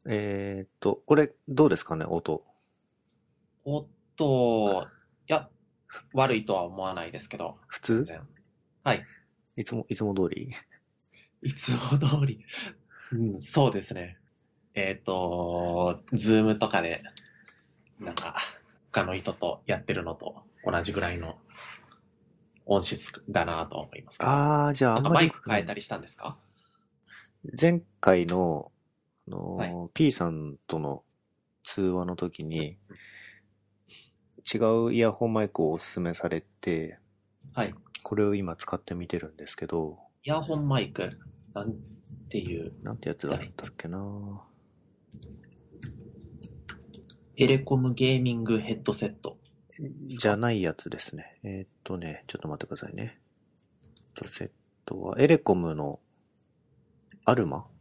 これどうですかね、音。 おっと、いや、悪いとは思わないですけど、 普通？ 全然。はい。 いつも通り？ いつも通り。うん、そうですね。ズームとかで、なんか、他の人とやってるのと同じぐらいの音質だなと思いますけど。 じゃああんまり、 なんかマイク変えたりしたんですか？ 前回の、 はい。 P さんとの通話の時に違うイヤホンマイクをおすすめされて、 はい。 これを今使ってみてるんですけど、 イヤホンマイク、なんていうなんてやつだっやつですか？ たっけな。 エレコムゲーミングヘッドセットですか？ じゃないやつですね。ちょっと待ってくださいね。セットは、エレコムのアルマ。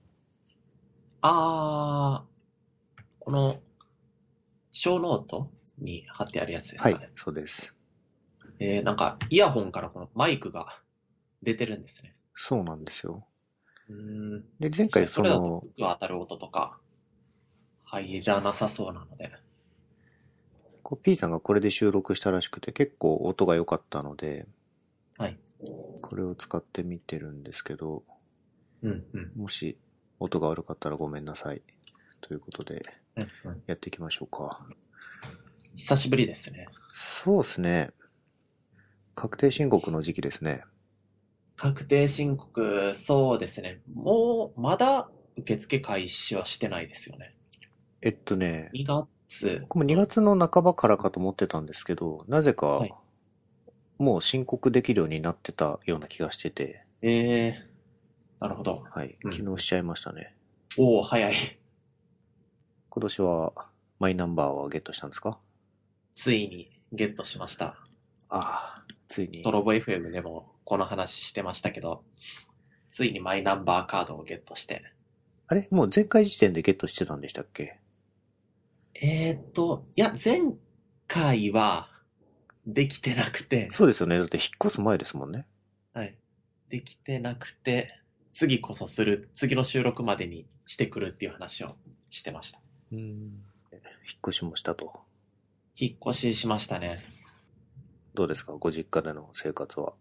あこの、小ノートに貼ってあるやつですはい、 かね。 そうです。 なんか、イヤホンからこのマイクが出てるんですね。 そうなんですよ。 うーん。 で、前回確かにそれだと服当たる音とか入らなさそうなので。 P さんがこれで収録したらしくて結構音が良かったので、 はい。 これを使ってみてるんですけど、 うんうん。 もし音が悪かったらごめんなさい。ということで、 うんうん。 やっていきましょうか。 久しぶりですね。 そうですね。確定申告の時期ですね。 確定申告、そうですね。もう、まだ受付開始はしてないですよね。 えっとね、 2月。 僕も2 うん。 月の半ばからかと思ってたんですけど、なぜかはい。 もう申告できるようになってたような気がしてて、 なるほど。 はい、 うん。 昨日しちゃいましたね。 おお、早い。 今年はマイナンバーはゲットしたんですか？ ついにゲットしました。 ついに。 ストロボ FM でもこの話してましたけど、ついにマイナンバーカードをゲットして。 あれもう前回時点でゲットしてたんでしたっけ？ いや、前回はできてなくて、 そうですよね。だって引っ越す前ですもんね。 はい。できてなくて、次こそする、次の収録までにしてくるっていう話をしてました。 うん。引っ越しもしたと。 引っ越ししましたね。 どうですかご実家での生活は？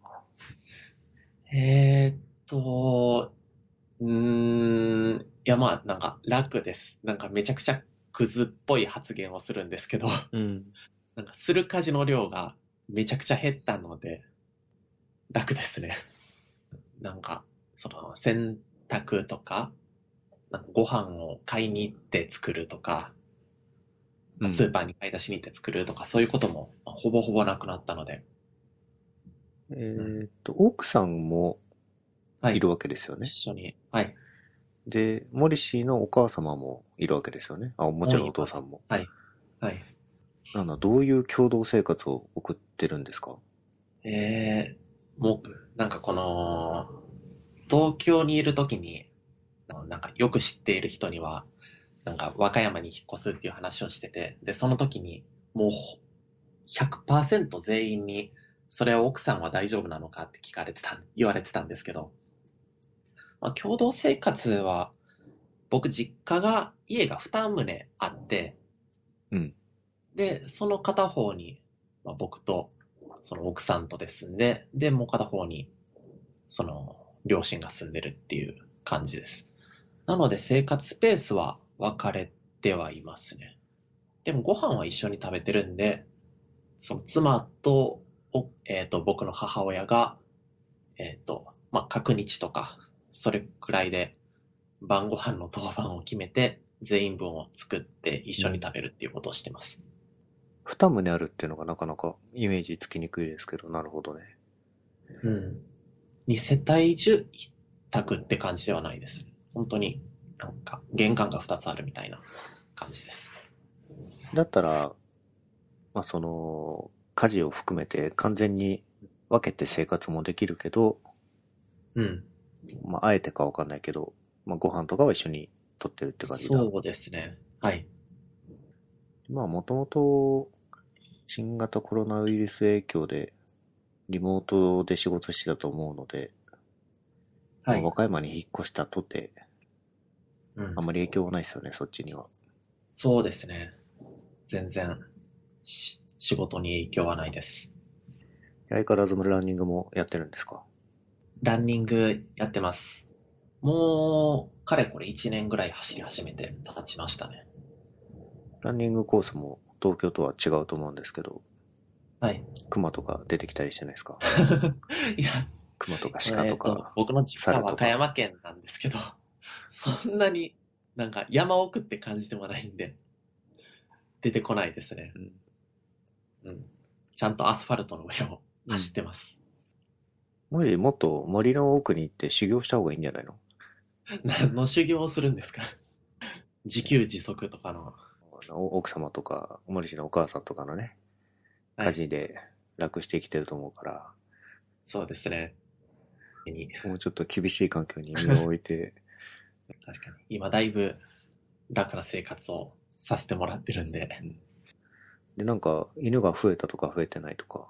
えーっと、いやまあ、なんか楽です。なんかめちゃくちゃクズっぽい発言をするんですけど、 うん。 なんかする家事の量がめちゃくちゃ減ったので、楽ですね。なんか、その洗濯とか、なんかご飯を買いに行って作るとか、 うん。 スーパーに買い出しに行って作るとか、そういうこともほぼほぼなくなったので、うん。 奥さんもはい。 いるわけですよ一ね。 緒に、はい。 で、モリシーのお母様もいるわけですよね。もちろんおもういます。 父さんも。 はい。はい。 どういう共同生活を送ってるんですか？ もう、なんかこの、東京にいるときに、なんかよく知っている人には、なんか和歌山に引っ越すっていう話をしてて、で、その時に、もう100%全員に、それは奥さんは大丈夫なのかって言われてたんですけど、まあ、共同生活は、僕実家が、家が2棟あって、 うん。 で、その片方に、まあ、僕と、その奥さんとで住んで、で、もう片方に、その、両親が住んでるっていう感じです。なので生活スペースは分かれてはいますね。でもご飯は一緒に食べてるんで、その妻と、僕の母親が、まあ、角日とか、それくらいで晩ご飯の当番を決めて、全員分を作って一緒にうん。 食べるっていうことをしてます。 二棟あるっていうのがなかなかイメージつきにくいですけど、なるほどね。 うん。二世帯住宅って感じではないです。本当になんか玄関が二つあるみたいな感じです。 だったら、家事を含めて完全に分けて生活もできるけど、 うん。 あえてかわかんないけど、ご飯とかは一緒にとってるって感じだ。 そうですね。はい。 もともと新型コロナウイルス影響でリモートで仕事してたと思うので、 はい。 和歌山に引っ越したとて、 うん。 あんまり影響はないですよね、そっちには。 そうですね。全然仕事に影響はないです。 相変わらずランニングもやってるんですか？ ランニングやってます。もう、かれこれ1年ぐらい走り始めて経ちましたね。 ランニングコースも東京とは違うと思うんですけど、 はい。 熊とか出てきたりしてないですか？ いや、 熊とか鹿とか、 僕の実家は和歌猿とか。 山県なんですけど、そんなになんか山奥って感じでもないんで、出てこないですね。 うん。 うん。ちゃんとアスファルトの上をうん。 走ってます。 もっと森の奥に行って修行した方がいいんじゃないの？ 何の修行をするんですか？自給自足とかの。 奥様とか、森氏のお母さんとかのね、 はい。 家事で楽して生きてると思うから、 そうですね。 もうちょっと厳しい環境に身を置いて、 確かに。今だいぶ楽な生活をさせてもらってるんで。 うん。で、なんか、犬が増えたとか増えてないとか。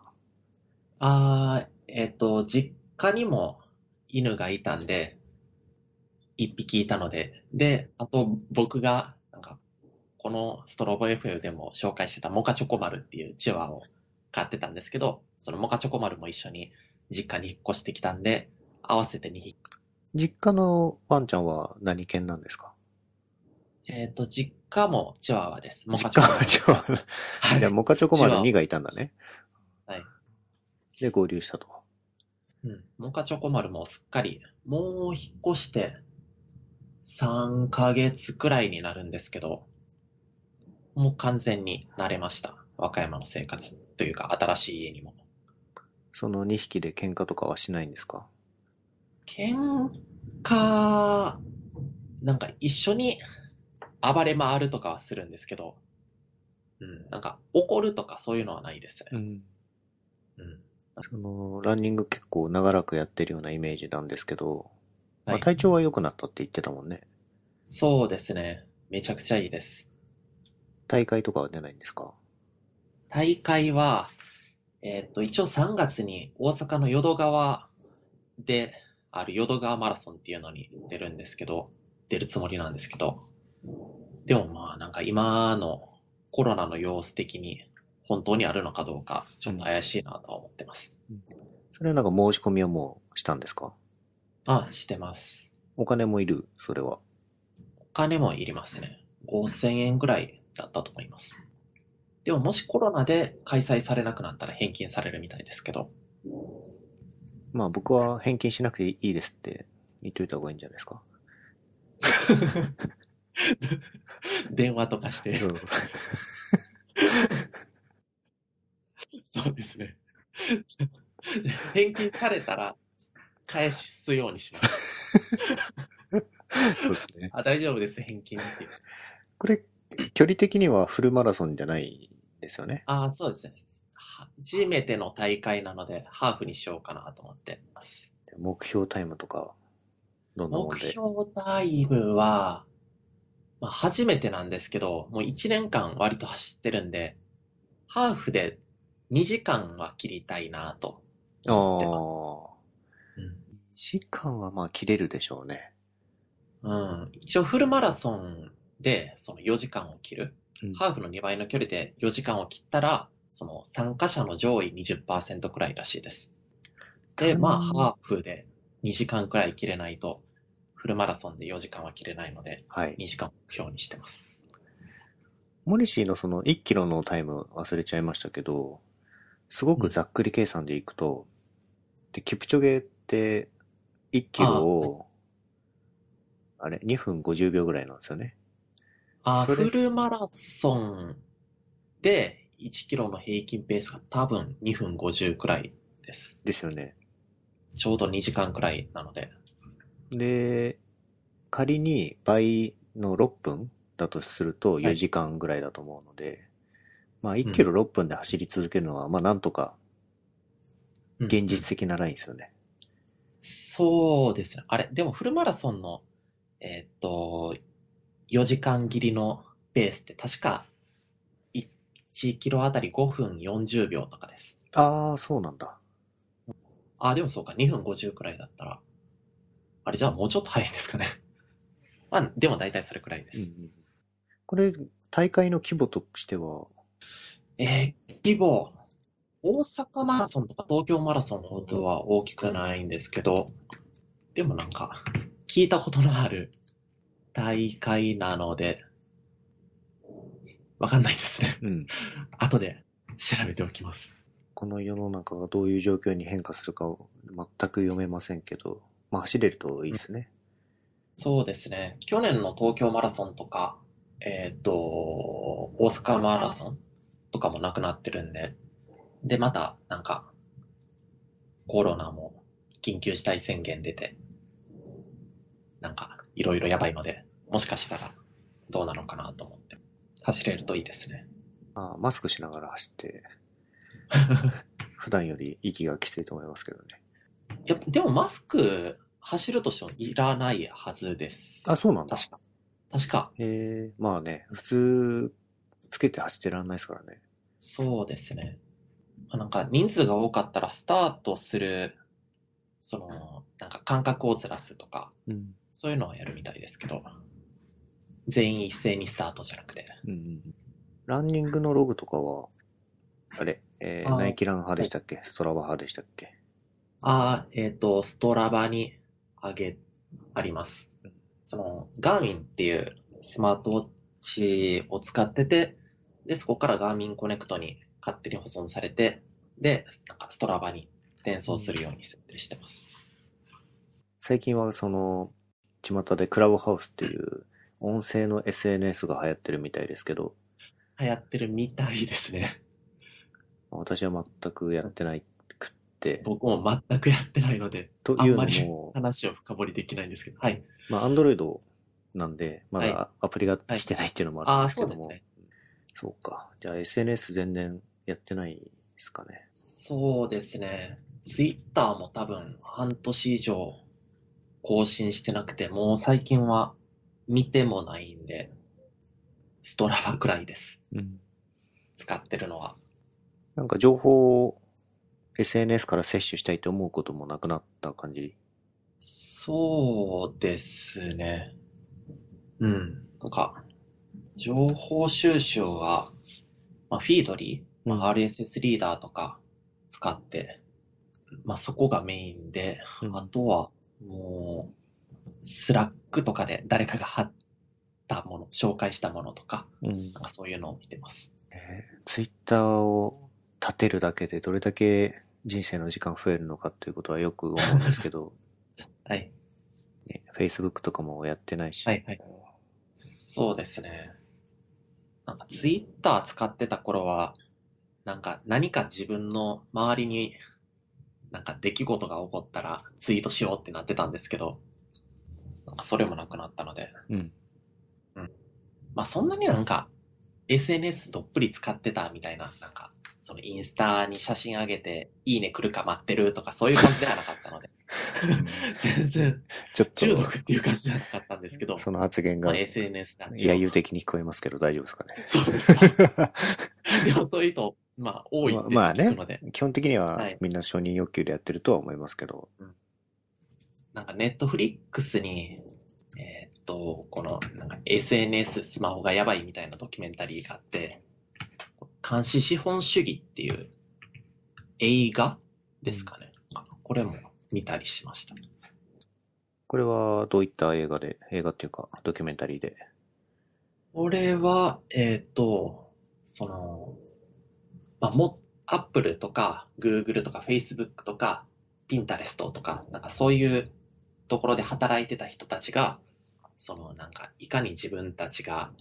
実家にも犬がいたんで、一匹いたので、で、あと僕が、なんか、このストロボ FM でも紹介してたモカチョコマルっていうチワワを飼ってたんですけど、そのモカチョコマルも一緒に実家に引っ越してきたんで、合わせて2匹。 実家のワンちゃんは何犬なんですか？ 実家もチワワです。モカチョ実家はコマルです。 じゃあ、 はい。 モカチョコ丸2 チワワがいたんだね。 はい。 で、合流したと。 うん。モカチョコマルもすっかり、もう引っ越して3ヶ月くらいになるんですけど、もう完全に慣れました。和歌山の生活というか、新しい家にも。 その2匹で喧嘩とかはしないんですか？ 喧嘩、なんか一緒に暴れ回るとかはするんですけど、うん、なんか怒るとかそういうのはないですね。 うん。 うん。 ランニング結構長らくやってるようなイメージなんですけど、まあはい。 体調は良くなったって言ってたもんね。 そうですね。めちゃくちゃいいです。 大会とかは出ないんですか？ 大会は、一応3月に大阪の淀川である淀川マラソンっていうのに出るつもりなんですけど、でもまあなんか今のコロナの様子的に本当にあるのかどうかちょっとうん。 怪しいなとは思ってます。 うん。それはなんか申し込みはもうしたんですか？ あ、してます。 お金もいる、それは。 お金もいりますね。5000円ぐらいだったと思います。でももしコロナで開催されなくなったら返金されるみたいですけど、 まあ僕は返金しなくていいですって言っといた方がいいんじゃないですか。 電話とかして、 うん。 そうですね。返金されたら返すようにします。 そうですね。 あ、大丈夫です、返金っていう。 これ、距離的にはフルマラソンじゃないですよね。 あ、そうですね。初めての大会なので、ハーフにしようかなと思ってます。 目標タイムとか、どんなもん目で。 標タイムは、まあ、初めてなんですけど、もう1年間割と走ってるんで、ハーフで2時間は切りたいなとあ思ってます。 あ、 うん。 時間はまあ切れるでしょうね。 うん。一応フルマラソンでその4時間を切る。 うん。 ハーフの2倍の距離で4時間を切ったら、その参加者の上位20%くらいらしいです。で、まあ、 単、 ハーフで2時間くらい切れないと、フルマラソンで4時間は切れないので、 はい。 2時間を目標にしてます。 モリシーのその1キロのタイム忘れちゃいましたけど、すごうん。 くざっくり計算でいくと、で、キプチョゲって1キロあを、あれ、2分50秒ぐらいなんですよね。 フそれ、 ルマラソンで1キロの平均ペースが多分2分50くらいです。 ですよね。 ちょうど2時間くらいなので。 で、仮に倍の6分だとするとはい。 4時間ぐらいだと思うので、まあ1 うん。 キロ6分で走り続けるのは、まあなんとかうん。 現うん。 実的なラインですよね。 そうですね。あれ、でもフルマラソンの、えーっと、4時間切りのペースって確か1キロあたり5分40秒とかです。 ああ、そうなんだ。 あ、でもそうか、2分50くらいだったら。あれ、じゃあもうちょっと早いんですかね。 まあ、でも大体それくらいです。 うんうん。これ、大会の規模としては、 規模、大阪マラソンとか東京マラソンほどは大きくないんですけど、でもなんか、聞いたことのある大会なので、わかんないですね。 うん。 後で調べておきます。 この世の中がどういう状況に変化するかを全く読めませんけど、まあ走れるといいですね。 そうですね。去年の東京マラソンとか、大阪マラソンとかもなくなってるんで、で、また、なんか、コロナも緊急事態宣言出て、なんか、いろいろやばいので、もしかしたらどうなのかなと思って。走れるといいですね。 あ、マスクしながら走って、普段より息がきついと思いますけどね。 いや、でもマスク走るとしてもいらないはずであ、 す。 そうなんだ。 確か。確か。 まあね、普通、つけて走ってらんないですからね。 そうですね。なんか人数が多かったらスタートする、なんか間隔をずらすとか、 うん。 そういうのはやるみたいですけど、全員一斉にスタートじゃなくて。 うんうん。ランニングのログとかは、あれ、ナイあーキラン派ではい。 したっけ？ストラバ派でしたっけ？ ストラバにあります。ガーミンっていうスマートウォッチを使ってて、で、そこからガーミンコネクトに勝手に保存されて、で、なんかストラバに転送するように設定してます。 最近は巷でクラブハウスっていう音声の SNS が流行ってるみたいですけど、 流行ってるみたいですね。 私は全くやってないくって、 僕も全くやってないので、 というあんまりのも、 話を深掘りできないんですけど。はい。 まあ、アンドロイドなんで、まはい。 だアプリがはい。 来てないっていうのもあるんああ、 ですけども、 そうですね。 そうか。じゃあ SNS 全然やってないですかね。 そうですね。ツイッターも多分半年以上更新してなくて、もう最近は見てもないんで、ストラバくらいです。 うん。 使ってるのは。 なんか情報を SNS から摂取したいと思うこともなくなった感じ。 そうですね。うん。なんか、情報収集は、まあ、フィードリー、まあ、 うん。 RSS リーダーとか使って、まあ、そこがメインで、あうん。 とは、もう、スラックとかで誰かが貼ったもの、紹介したものとか、 うん。 なんかそういうのを見てます。 ツイッターを立てるだけでどれだけ人生の時間増えるのかっていうことはよく思うんですけど、 はい。 ね、Facebook とかもやってないし、 はい、はい。そうですね。なんかツイッター使ってた頃は、なんか何か自分の周りになんか出来事が起こったらツイートしようってなってたんですけど、なんかそれもなくなったので、 うん。 うん。まあそんなになんか SNS どっぷり使ってたみたいな、なんか、そのインスタに写真上げて、いいね来るか待ってるとかそういう感じではなかったので、 うん。 全然ちょっと、 中毒っていう感じじゃなかったんですけど、 その発言まあが SNS で味を。 揶揄的に聞こえますけど大丈夫ですかそうですか。 ね。 でもそういう人、まあ多いってまあね、 聞くので、 基本的にははい。 みんな承認欲求でやってるとは思いますけど、 うん、なんかネットフリックスに、このなんか SNS スマホがやばいみたいなドキュメンタリーがあって、監視資本主義っていう映画うん。 ですかね。これも見たりしました。 これはどういった映画っていうかドキュメンタリーで。 これは、その、まあ、アップルとか、グーグルとか、フェイスブックとか、ピンタレストとか、なんかそういうところで働いてた人たちが、なんか、いかに自分たちが、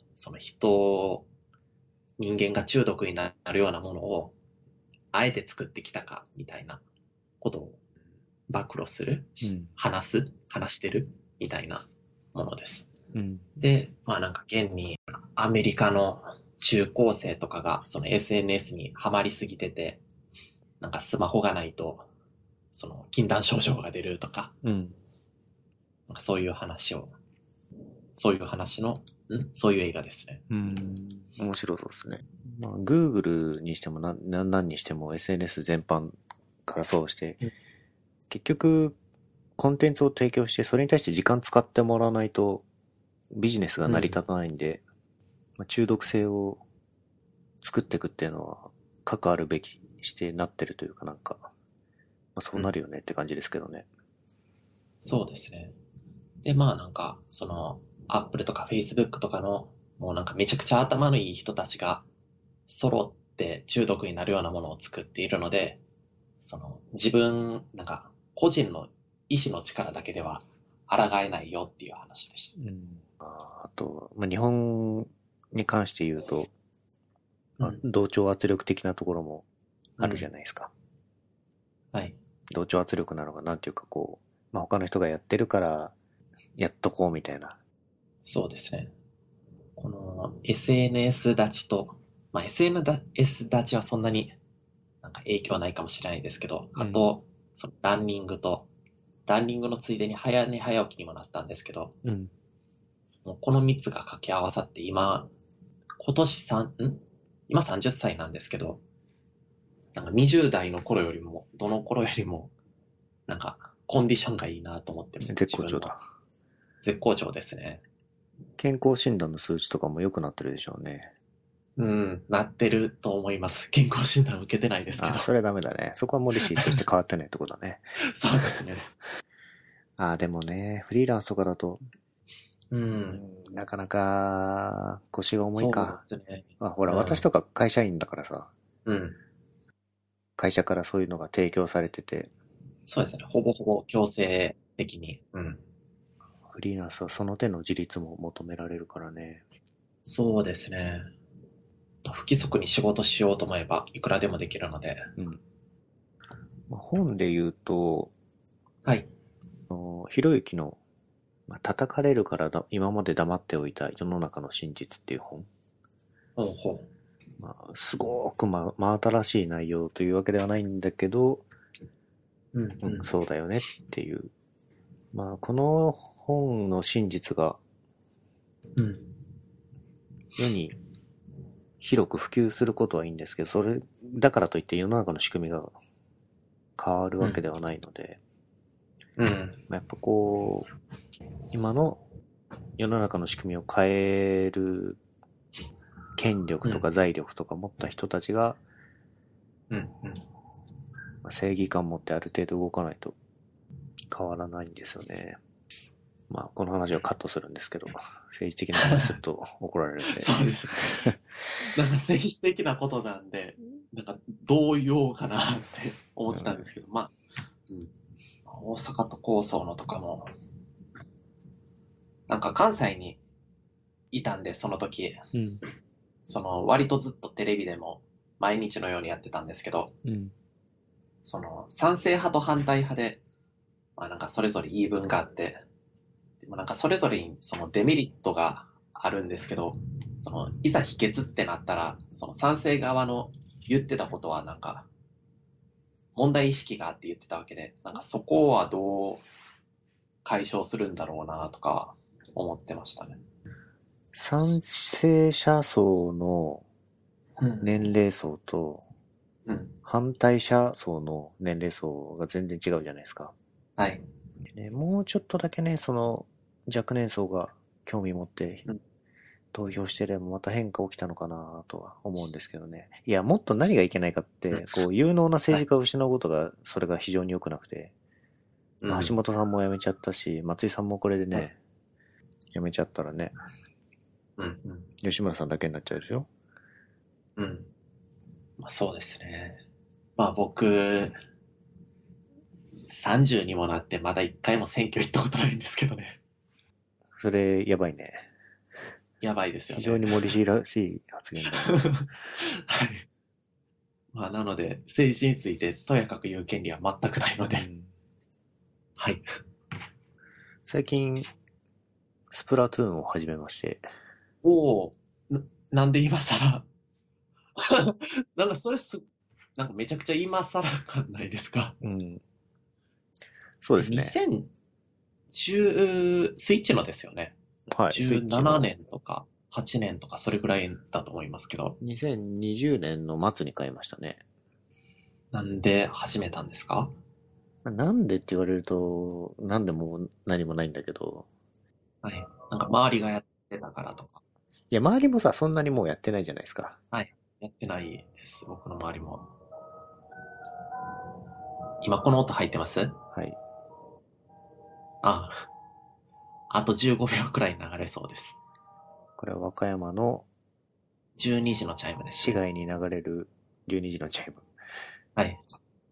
人間が中毒になるようなものを、あえて作ってきたか、みたいなことを暴露する、 うん。 話してる、みたいなものです。 うん。 で、まあなんか現にアメリカの中高生とかがその SNS にハマりすぎてて、なんかスマホがないと、禁断症状が出るとか、 うん。 なんかそういう話の、そういう映画ですね。 うん。面白そうですね。まあ、Google にしても何にしても SNS 全般からそうして、 うん、 結局、コンテンツを提供して、それに対して時間使ってもらわないと、 ビジネスが成り立たないんで、まあ、中毒性を作っていくっていうのは、関わるべきしてなってるというかなんか、まあ、そうなるよねって感じですけどね。 そうですね。で、まあなんか、その、Apple とか Facebook とかの、もうなんかめちゃくちゃ頭のいい人たちが揃って中毒になるようなものを作っているので、その、自分、なんか、個人の意志の力だけでは抗えないよっていう話でした。 あと、まあ、日本に関して言うと、まあ、 うん。 同調圧力的なところもあるじゃないですか。 はい。 同調圧力なのがなんていうかこう、まあ、他の人がやってるからやっとこうみたいな。 そうですね。この SNS 立ちと、まあ、SNS 立ちはそんなになんか影響はないかもしれないですけど、あと、そのランニングのついでに早寝早起きにもなったんですけど、 うん。 もうこの3つが掛け合わさって今年今30歳なんですけど、なんか20代の頃よりも、どの頃よりも、なんかコンディションがいいなと思ってます。 絶好調だ。 絶好調ですね。 健康診断の数値とかも良くなってるでしょうね。 うん、なってると思います。健康診断受けてないですけど。 あ、それダメだね。そこはモリシーとして変わってないってことだね。 そうですね。 でもね、フリーランスとかだと、 うん。 なかなか腰が重いか。 そうですね。 ほら、私とか会社員だからさ、 うん。 会社からそういうのが提供されてて、 そうですね。ほぼほぼ強制的に。うん。 フリーランスはその手の自立も求められるからね。 そうですね。不規則に仕事しようと思えば、いくらでもできるので。 本で言うと、 はい。 ひろゆきの、叩かれるから今まで黙っておいた世の中の真実っていう本。 ほうほすごく真新しい内容というわけではないんだけど、 う。うん。 そうだよねっていう。この本の真実がうん。 世に広く普及することはいいんですけど、それだからといって世の中の仕組みが変わるわけではないので、やっぱこう、今の世の中の仕組みを変える権力とか財力とか持った人たちが、正義感持ってある程度動かないと変わらないんですよね。この話はカットするんですけど、政治的な話すると怒られるんで。 そうですね。なんか政治的なことなんで、なんかどう言おうかなって思ってたんですけど、大阪都構想のとかも、なんか関西にいたんで、その時、その割とずっとテレビでも毎日のようにやってたんですけど、その賛成派と反対派で、なんかそれぞれ言い分があって、でもなんかそれぞれにそのデメリットがあるんですけど、そのいざ否決ってなったら、その賛成側の言ってたことはなんか問題意識があって言ってたわけで、なんかそこはどう解消するんだろうなとか思ってましたね。 賛成者層の年齢層と、反対者層の年齢層が全然違うじゃないですか。 はい。 もうちょっとだけね、その若年層が興味持って投票してればまた変化起きたのかなとは思うんですけどね。いや、もっと何がいけないかって、こう、有能な政治家を失うことが、それが非常に良くなくて、橋本さんも辞めちゃったし、松井さんもこれでね、辞めちゃったらね、吉村さんだけになっちゃうでしょ。 そうですね。僕、30にもなってまだ1回も選挙行ったことないんですけどね。 それ、やばいね。 やばいですよね。 非常に森氏らしい発言だ、 はい。なので、政治についてとやかく言う権利は全くないので。はい。 最近、スプラトゥーンを始めまして。 なんで今更なんかそれなんかめちゃくちゃ今更感ないですか？ そうですね。 2010、スイッチのですよね。 はい。 17年とか8年とかそれぐらいだと思いますけど。 2020年の末に買いましたね。 なんで始めたんですか？ なんでって言われると、なんでも何もないんだけど。 はい。なんか周りがやっ出たからとか。 いや、周りもさ、そんなにもうやってないじゃないですか。 はい。やってないです。僕の周りも。今この音入ってます？ はい。 ああ。あと15秒くらい流れそうです。 これは和歌山の 12時のチャイムですね。 市外に流れる12時のチャイム。 はい。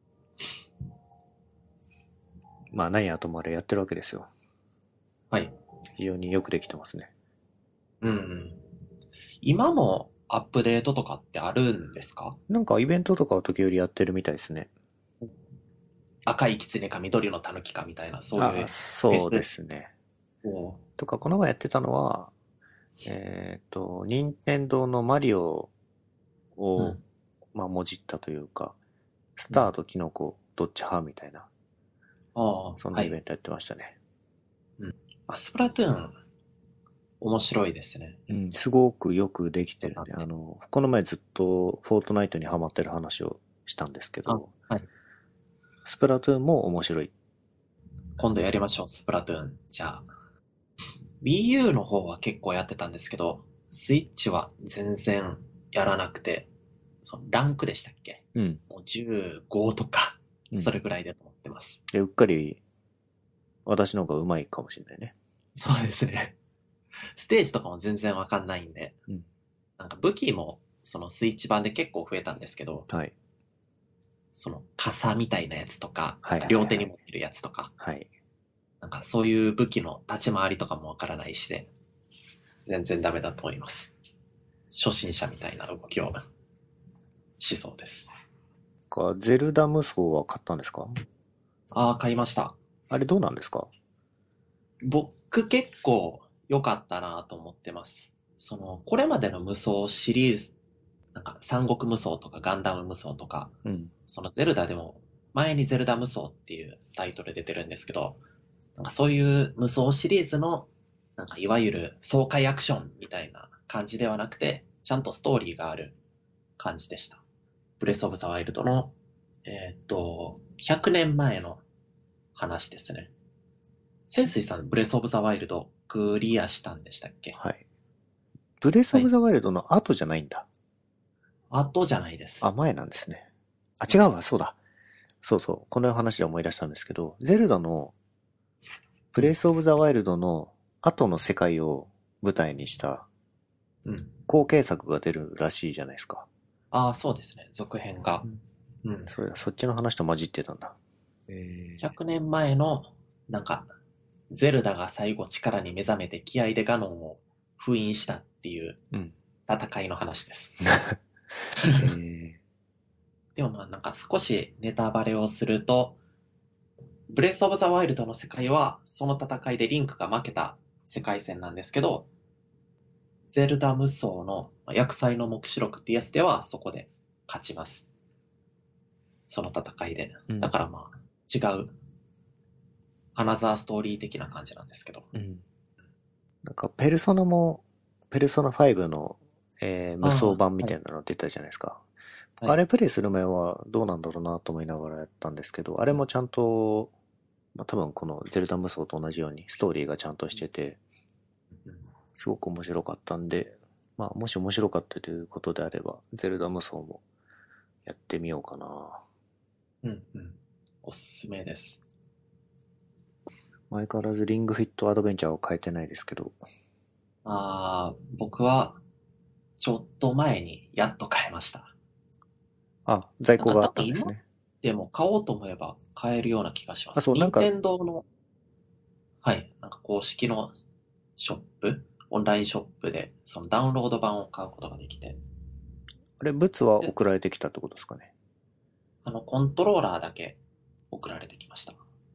まあ何はともあれやってるわけですよ。 はい。 非常によくできてますね。 うんうん。今もアップデートとかってあるんですか？ なんかイベントとかは時折やってるみたいですね。 赤い狐か緑の狸かみたいな、そうああ、 いうそうでフェスすね。 を。 とか、この前やってたのは、任天堂のマリオを、 うん。 まあ、もじったというか、スうん。 ターとキノコどっち派みたいな、 ああ、 そんなはい。 イベントやってましたね。 うん。スプラトゥーン、面白いですね。 うん、すごくよくできてるんで、 なんで。 この前ずっとフォートナイトにハマってる話をしたんですけあ、 ど、 はい。 スプラトゥーンも面白い。 今度やりましょう、スプラトゥーン。じゃあ。Wii U の方は結構やってたんですけど、スイッチは全然やらなくて、そのランクでしたっけ？ うん。 もう15とか、 うん。 それぐらいでと思ってます。 で、うっかり私の方が上手いかもしれないね。 そうですね。ステージとかも全然わかんないんで、 うん。 なんか武器もそのスイッチ版で結構増えたんですけど、 はい。 その傘みたいなやつとか、なんかはいはいはい。 両手に持ってるやつとか、 はい。 なんかそういう武器の立ち回りとかもわからないしで、全然ダメだと思います。初心者みたいな動きをしそうです。 ゼルダ無双は買ったんですか？ ああ、買いました。 あれどうなんですか？ 僕結構良かったなと思ってます。これまでの無双シリーズ、なんか三国無双とかガンダム無双とか、 うん。 そのゼルダでも前にゼルダ無双っていうタイトル出てるんですけど、なんかそういう無双シリーズの、なんかいわゆる爽快アクションみたいな感じではなくて、ちゃんとストーリーがある感じでした。ブレスオブザワイルドの、100年前の話ですね。潜水さん、ブレスオブザワイルドクリアしたんでしたっけ？ はい。ブレスオブはい。 ザワイルドの後じゃないんだ。 後じゃないであ、 す。 前なんですね。あ、違うわ、そうだ。そうそう。この話で思い出したんですけど、ゼルダのブうん。 レスオブザワイルドの後の世界を舞台にしたうん。 後継作が出るらしいじゃないですか。 ああ、そうですね。続編が。 うん。 うん。 そっちの話と混じってたんだ。 100年前の、なんか、ゼルダが最後力に目覚めて気合でガノンを封印したっていううん。 戦いの話です。 えでもまあなんか少しネタバレをすると、ブレスオブザワイルドの世界はその戦いでリンクが負けた世界線なんですけど、ゼルダ無双の薬剤の目視録ってやつではそこで勝ちます。その戦いで。 うん。 だからまあ違うアナザーストーリー的な感じなんですけど。 うん。なんか、ペルソナも、ペルソナ5の、無双ああ、はい、 版みたいなの出たじゃないですか。 はい。 あれプレイする前はどうなんだろうなと思いながらやったんですけど、あれもちゃんと、まあ、多分このゼルダ無双と同じようにストーリーがちゃんとしてて、 うん、 すごく面白かったんで、まあもし面白かったということであれば、ゼルダ無双もやってみようかな。 うん、うん。おすすめです。 相変わらずリングフィットアドベンチャーは変えてないですけど。 僕はちょっと前にやっと買いました。 あ、在なんか庫があ多分今ったんですね。 でも買おうと思えば買えるような気がしまあ、 す。 そう、なん任か、 天堂の、はい、なんか公式のショップ、オンラインショップで、そのダウンロード版を買うことができて、 あれ、物はで、 送られてきたってことですかね。 コントローラーだけ送られてきました。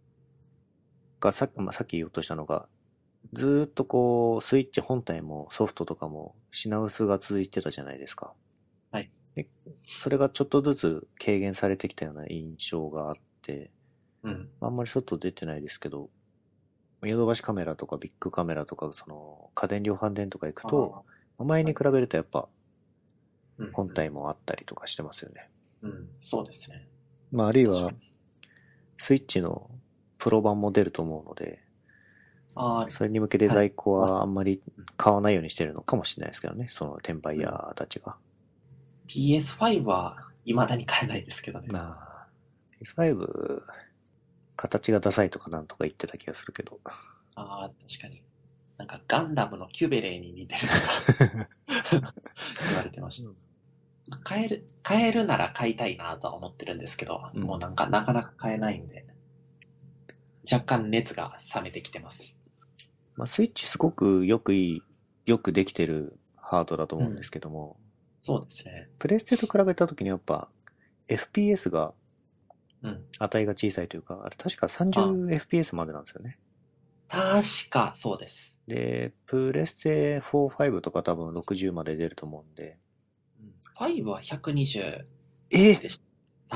まあ、さっき言おうとしたのが、ずーっとこう、スイッチ本体もソフトとかも品薄が続いてたじゃないですか。 はい。 で、それがちょっとずつ軽減されてきたような印象があって、 うん。 あんまり外出てないですけど、ヨドバシカメラとかビッグカメラとか、その家電量販店とか行くあと、 あ、 前にはい。 比べるとやっぱうん、 本体もあったりとかしてますよね。 うん。うん、そうですね。 まああるいは確かに。 スイッチのプロ版も出ると思うので、 あそれに向けて在庫はあんまり買わないようにしてるのかもしれないですけどね、その転売屋たちが。 PS5 は未だに買えないですけどね。 まあ、PS5、形がダサいとかなんとか言ってた気がするけど。 ああ、確かに。なんかガンダムのキュベレーに似てるとか言われてました。買えるなら買いたいなとは思ってるんですけど、もうなんかなかなか買えないんで、若干熱が冷めてきてます。 まあ、スイッチすごくよくできてるハードだと思うんですけども、 そうですね。 プレステと比べたときにやっぱ FPS が値が小さいというか、あれ確か 30fps までなんですよね。 確かそうです。 で、プレステ4、5とか多分60まで出ると思うんで。 5は120でした。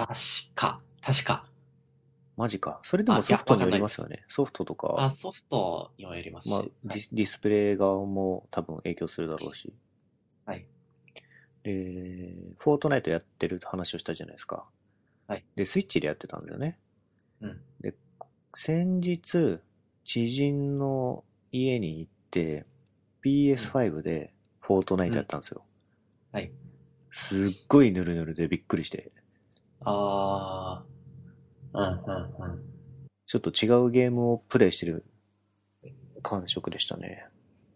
確か。 マジか。それでもソフトによりますよね。ソフトとか。 ソフトにもよりますし。 まあ、ディスプレイ側も多分影響するだろうし。 はい。 で、フォートナイトやってる話をしたじゃないですか。 はい。 で、スイッチでやってたんですよね。 うん。 で、先日、知人の家に行って、PS5 でフォートナイトやったんですよ。 はい。 すっごいヌルヌルでびっくりして。ちょっと違うゲームをプレイしてる感触でしたね。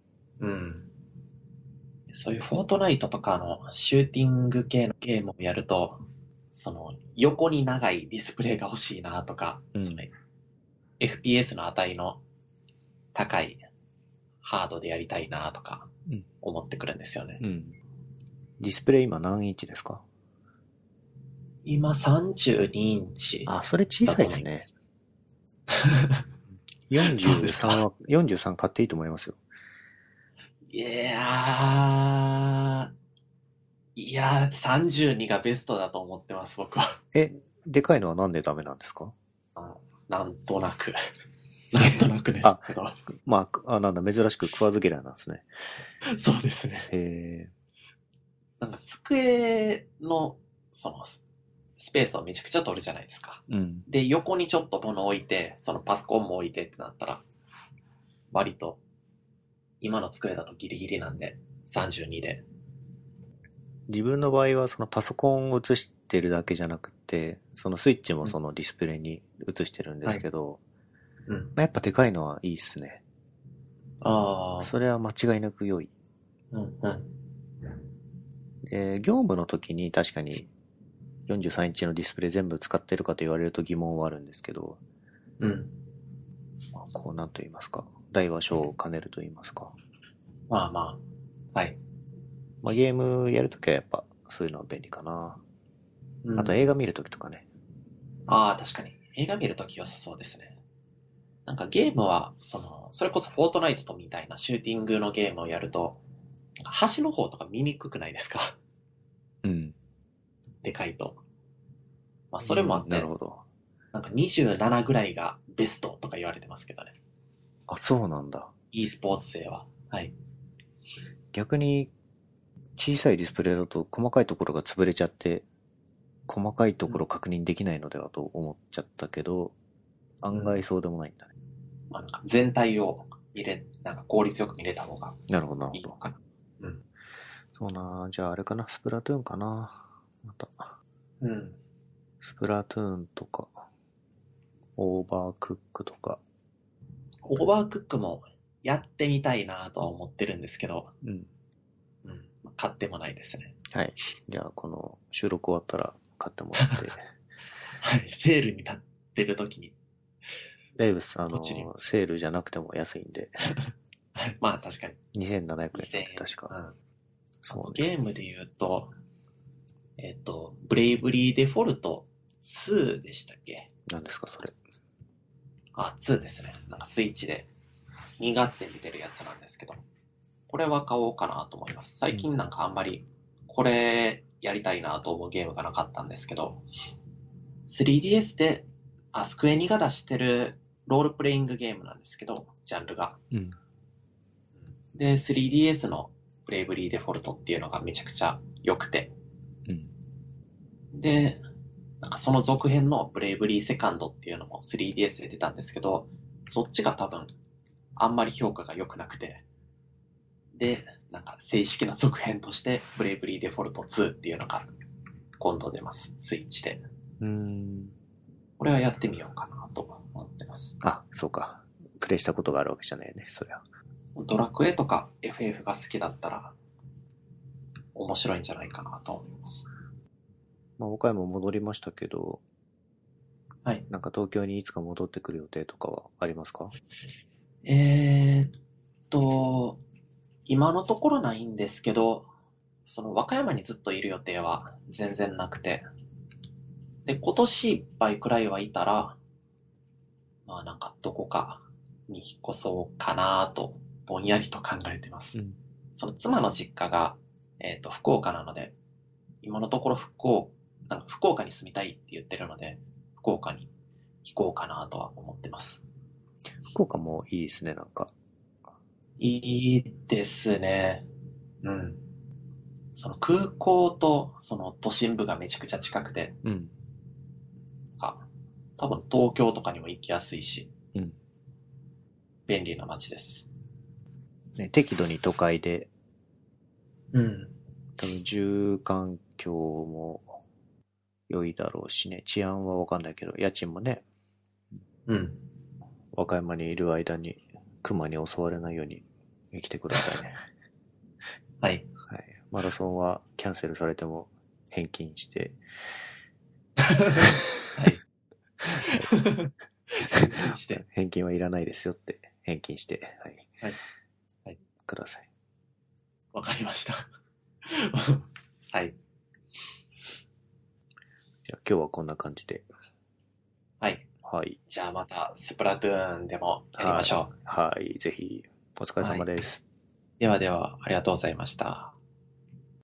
そういうフォートナイトとかのシューティング系のゲームをやると、その横に長いディスプレイが欲しいなとか、その FPS の値の高いハードでやりたいなとか思ってくるんですよね。 ディスプレイ今何インチですか？ 今32インチ。 あ、それ小さいですね。43買っていいと思いますよ。 いやー、32がベストだと思ってます、僕は。 でかいのはなんでダメなんですか？ なんとなくですけど。 まあ、なんだ、珍しく食わず嫌いなんですね。 そうですね。なんか机の、その、スペースをめちゃくちゃ取るじゃないですか。で、横にちょっと物置いて、そのパソコンも置いてってなったら、割と、今の机だとギリギリなんで、32で。 自分の場合はそのパソコンを映してるだけじゃなくて、そのスイッチもそのディスプレイに映してるんですけど、やっぱでかいのはいいっすね。それは間違いなく良い。で、業務の時に確かに43インチのディスプレイ全部使ってるかと言われると疑問はあるんですけど、こうなんと言いますか、大は小を兼ねると言いますか。 はい。 ゲームやるときはやっぱそういうのは便利かな。あと映画見るときとかね。 確かに。映画見るとき良さそうですね。なんかゲームは、それこそフォートナイトみたいなシューティングのゲームをやると、端の方とか見にくくないですか？でかいと。それもあって、 なるほど。 なんか27ぐらいがベストとか言われてますけどね。 あ、そうなんだ。 e スポーツ勢は。はい。 逆に、小さいディスプレイだと細かいところが潰れちゃって、細かいところ確認できないのではと思っちゃったけど、案外そうでもないんだね。 なんか全体をなんか効率よく見れた方がいいのかな。 なるほど。そうな、じゃああれかな、スプラトゥーンかな。また。スプラトゥーンとか、オーバークックとか。 オーバークックもやってみたいなとは思ってるんですけど、買ってもないですね。 はい。じゃあこの収録終わったら買ってもらって。 はい。セールになってる時に。 だいぶセールじゃなくても安いんで。 まあ確かに。 2700円確か。 そうね。ゲームで言うと、ブレイブリーデフォルト2でしたっけ？ 何ですかそれ。 2ですね。なんかスイッチで2月に出るやつなんですけど、これは買おうかなと思います。最近なんかあんまりこれやりたいなと思うゲームがなかったんですけど、3DS で、スクエニが出してるロールプレイングゲームなんですけど、ジャンルが。で、3DS のブレイブリーデフォルトっていうのがめちゃくちゃ良くて。で、なんかその続編のブレイブリーセカンドっていうのも 3DS で出たんですけど、そっちが多分あんまり評価が良くなくて、で、なんか正式な続編として、ブレイブリーデフォルト2っていうのが今度出ます、スイッチで。これはやってみようかなと思ってます。 あ、そうか。プレイしたことがあるわけじゃないね、そりゃ。 ドラクエとか FF が好きだったら、面白いんじゃないかなと思います。 まあ、岡山戻りましたけど、 はい。 なんか東京にいつか戻ってくる予定とかはありますか？ 今のところないんですけど、その和歌山にずっといる予定は全然なくて、で、今年いっぱいくらいはいたら、まあなんかどこかに引っ越そうかなと、ぼんやりと考えてます。その妻の実家が、福岡なので、今のところ福岡に住みたいって言ってるので、福岡に行こうかなとは思ってます。 福岡もいいですね、なんか。 いいですね。うん。その空港とその都心部がめちゃくちゃ近くて、多分東京とかにも行きやすいし、便利な街です。 ね、適度に都会で、多分住環境も良いだろうしね、治安はわかんないけど、家賃もね、和歌山にいる間に熊に襲われないように生きてくださいね。 はい。 はい。マラソンはキャンセルされても返金して、 はい。返金して。 返金はいらないですよって返金して、はい。 はい。はい。 ください。 わかりました。はい。 じゃあ今日はこんな感じで。 はい。 はい。 じゃあまたスプラトゥーンでもやりましょう。 はい。はい。ぜひ、お疲れ様です。 ではでは、ありがとうございました。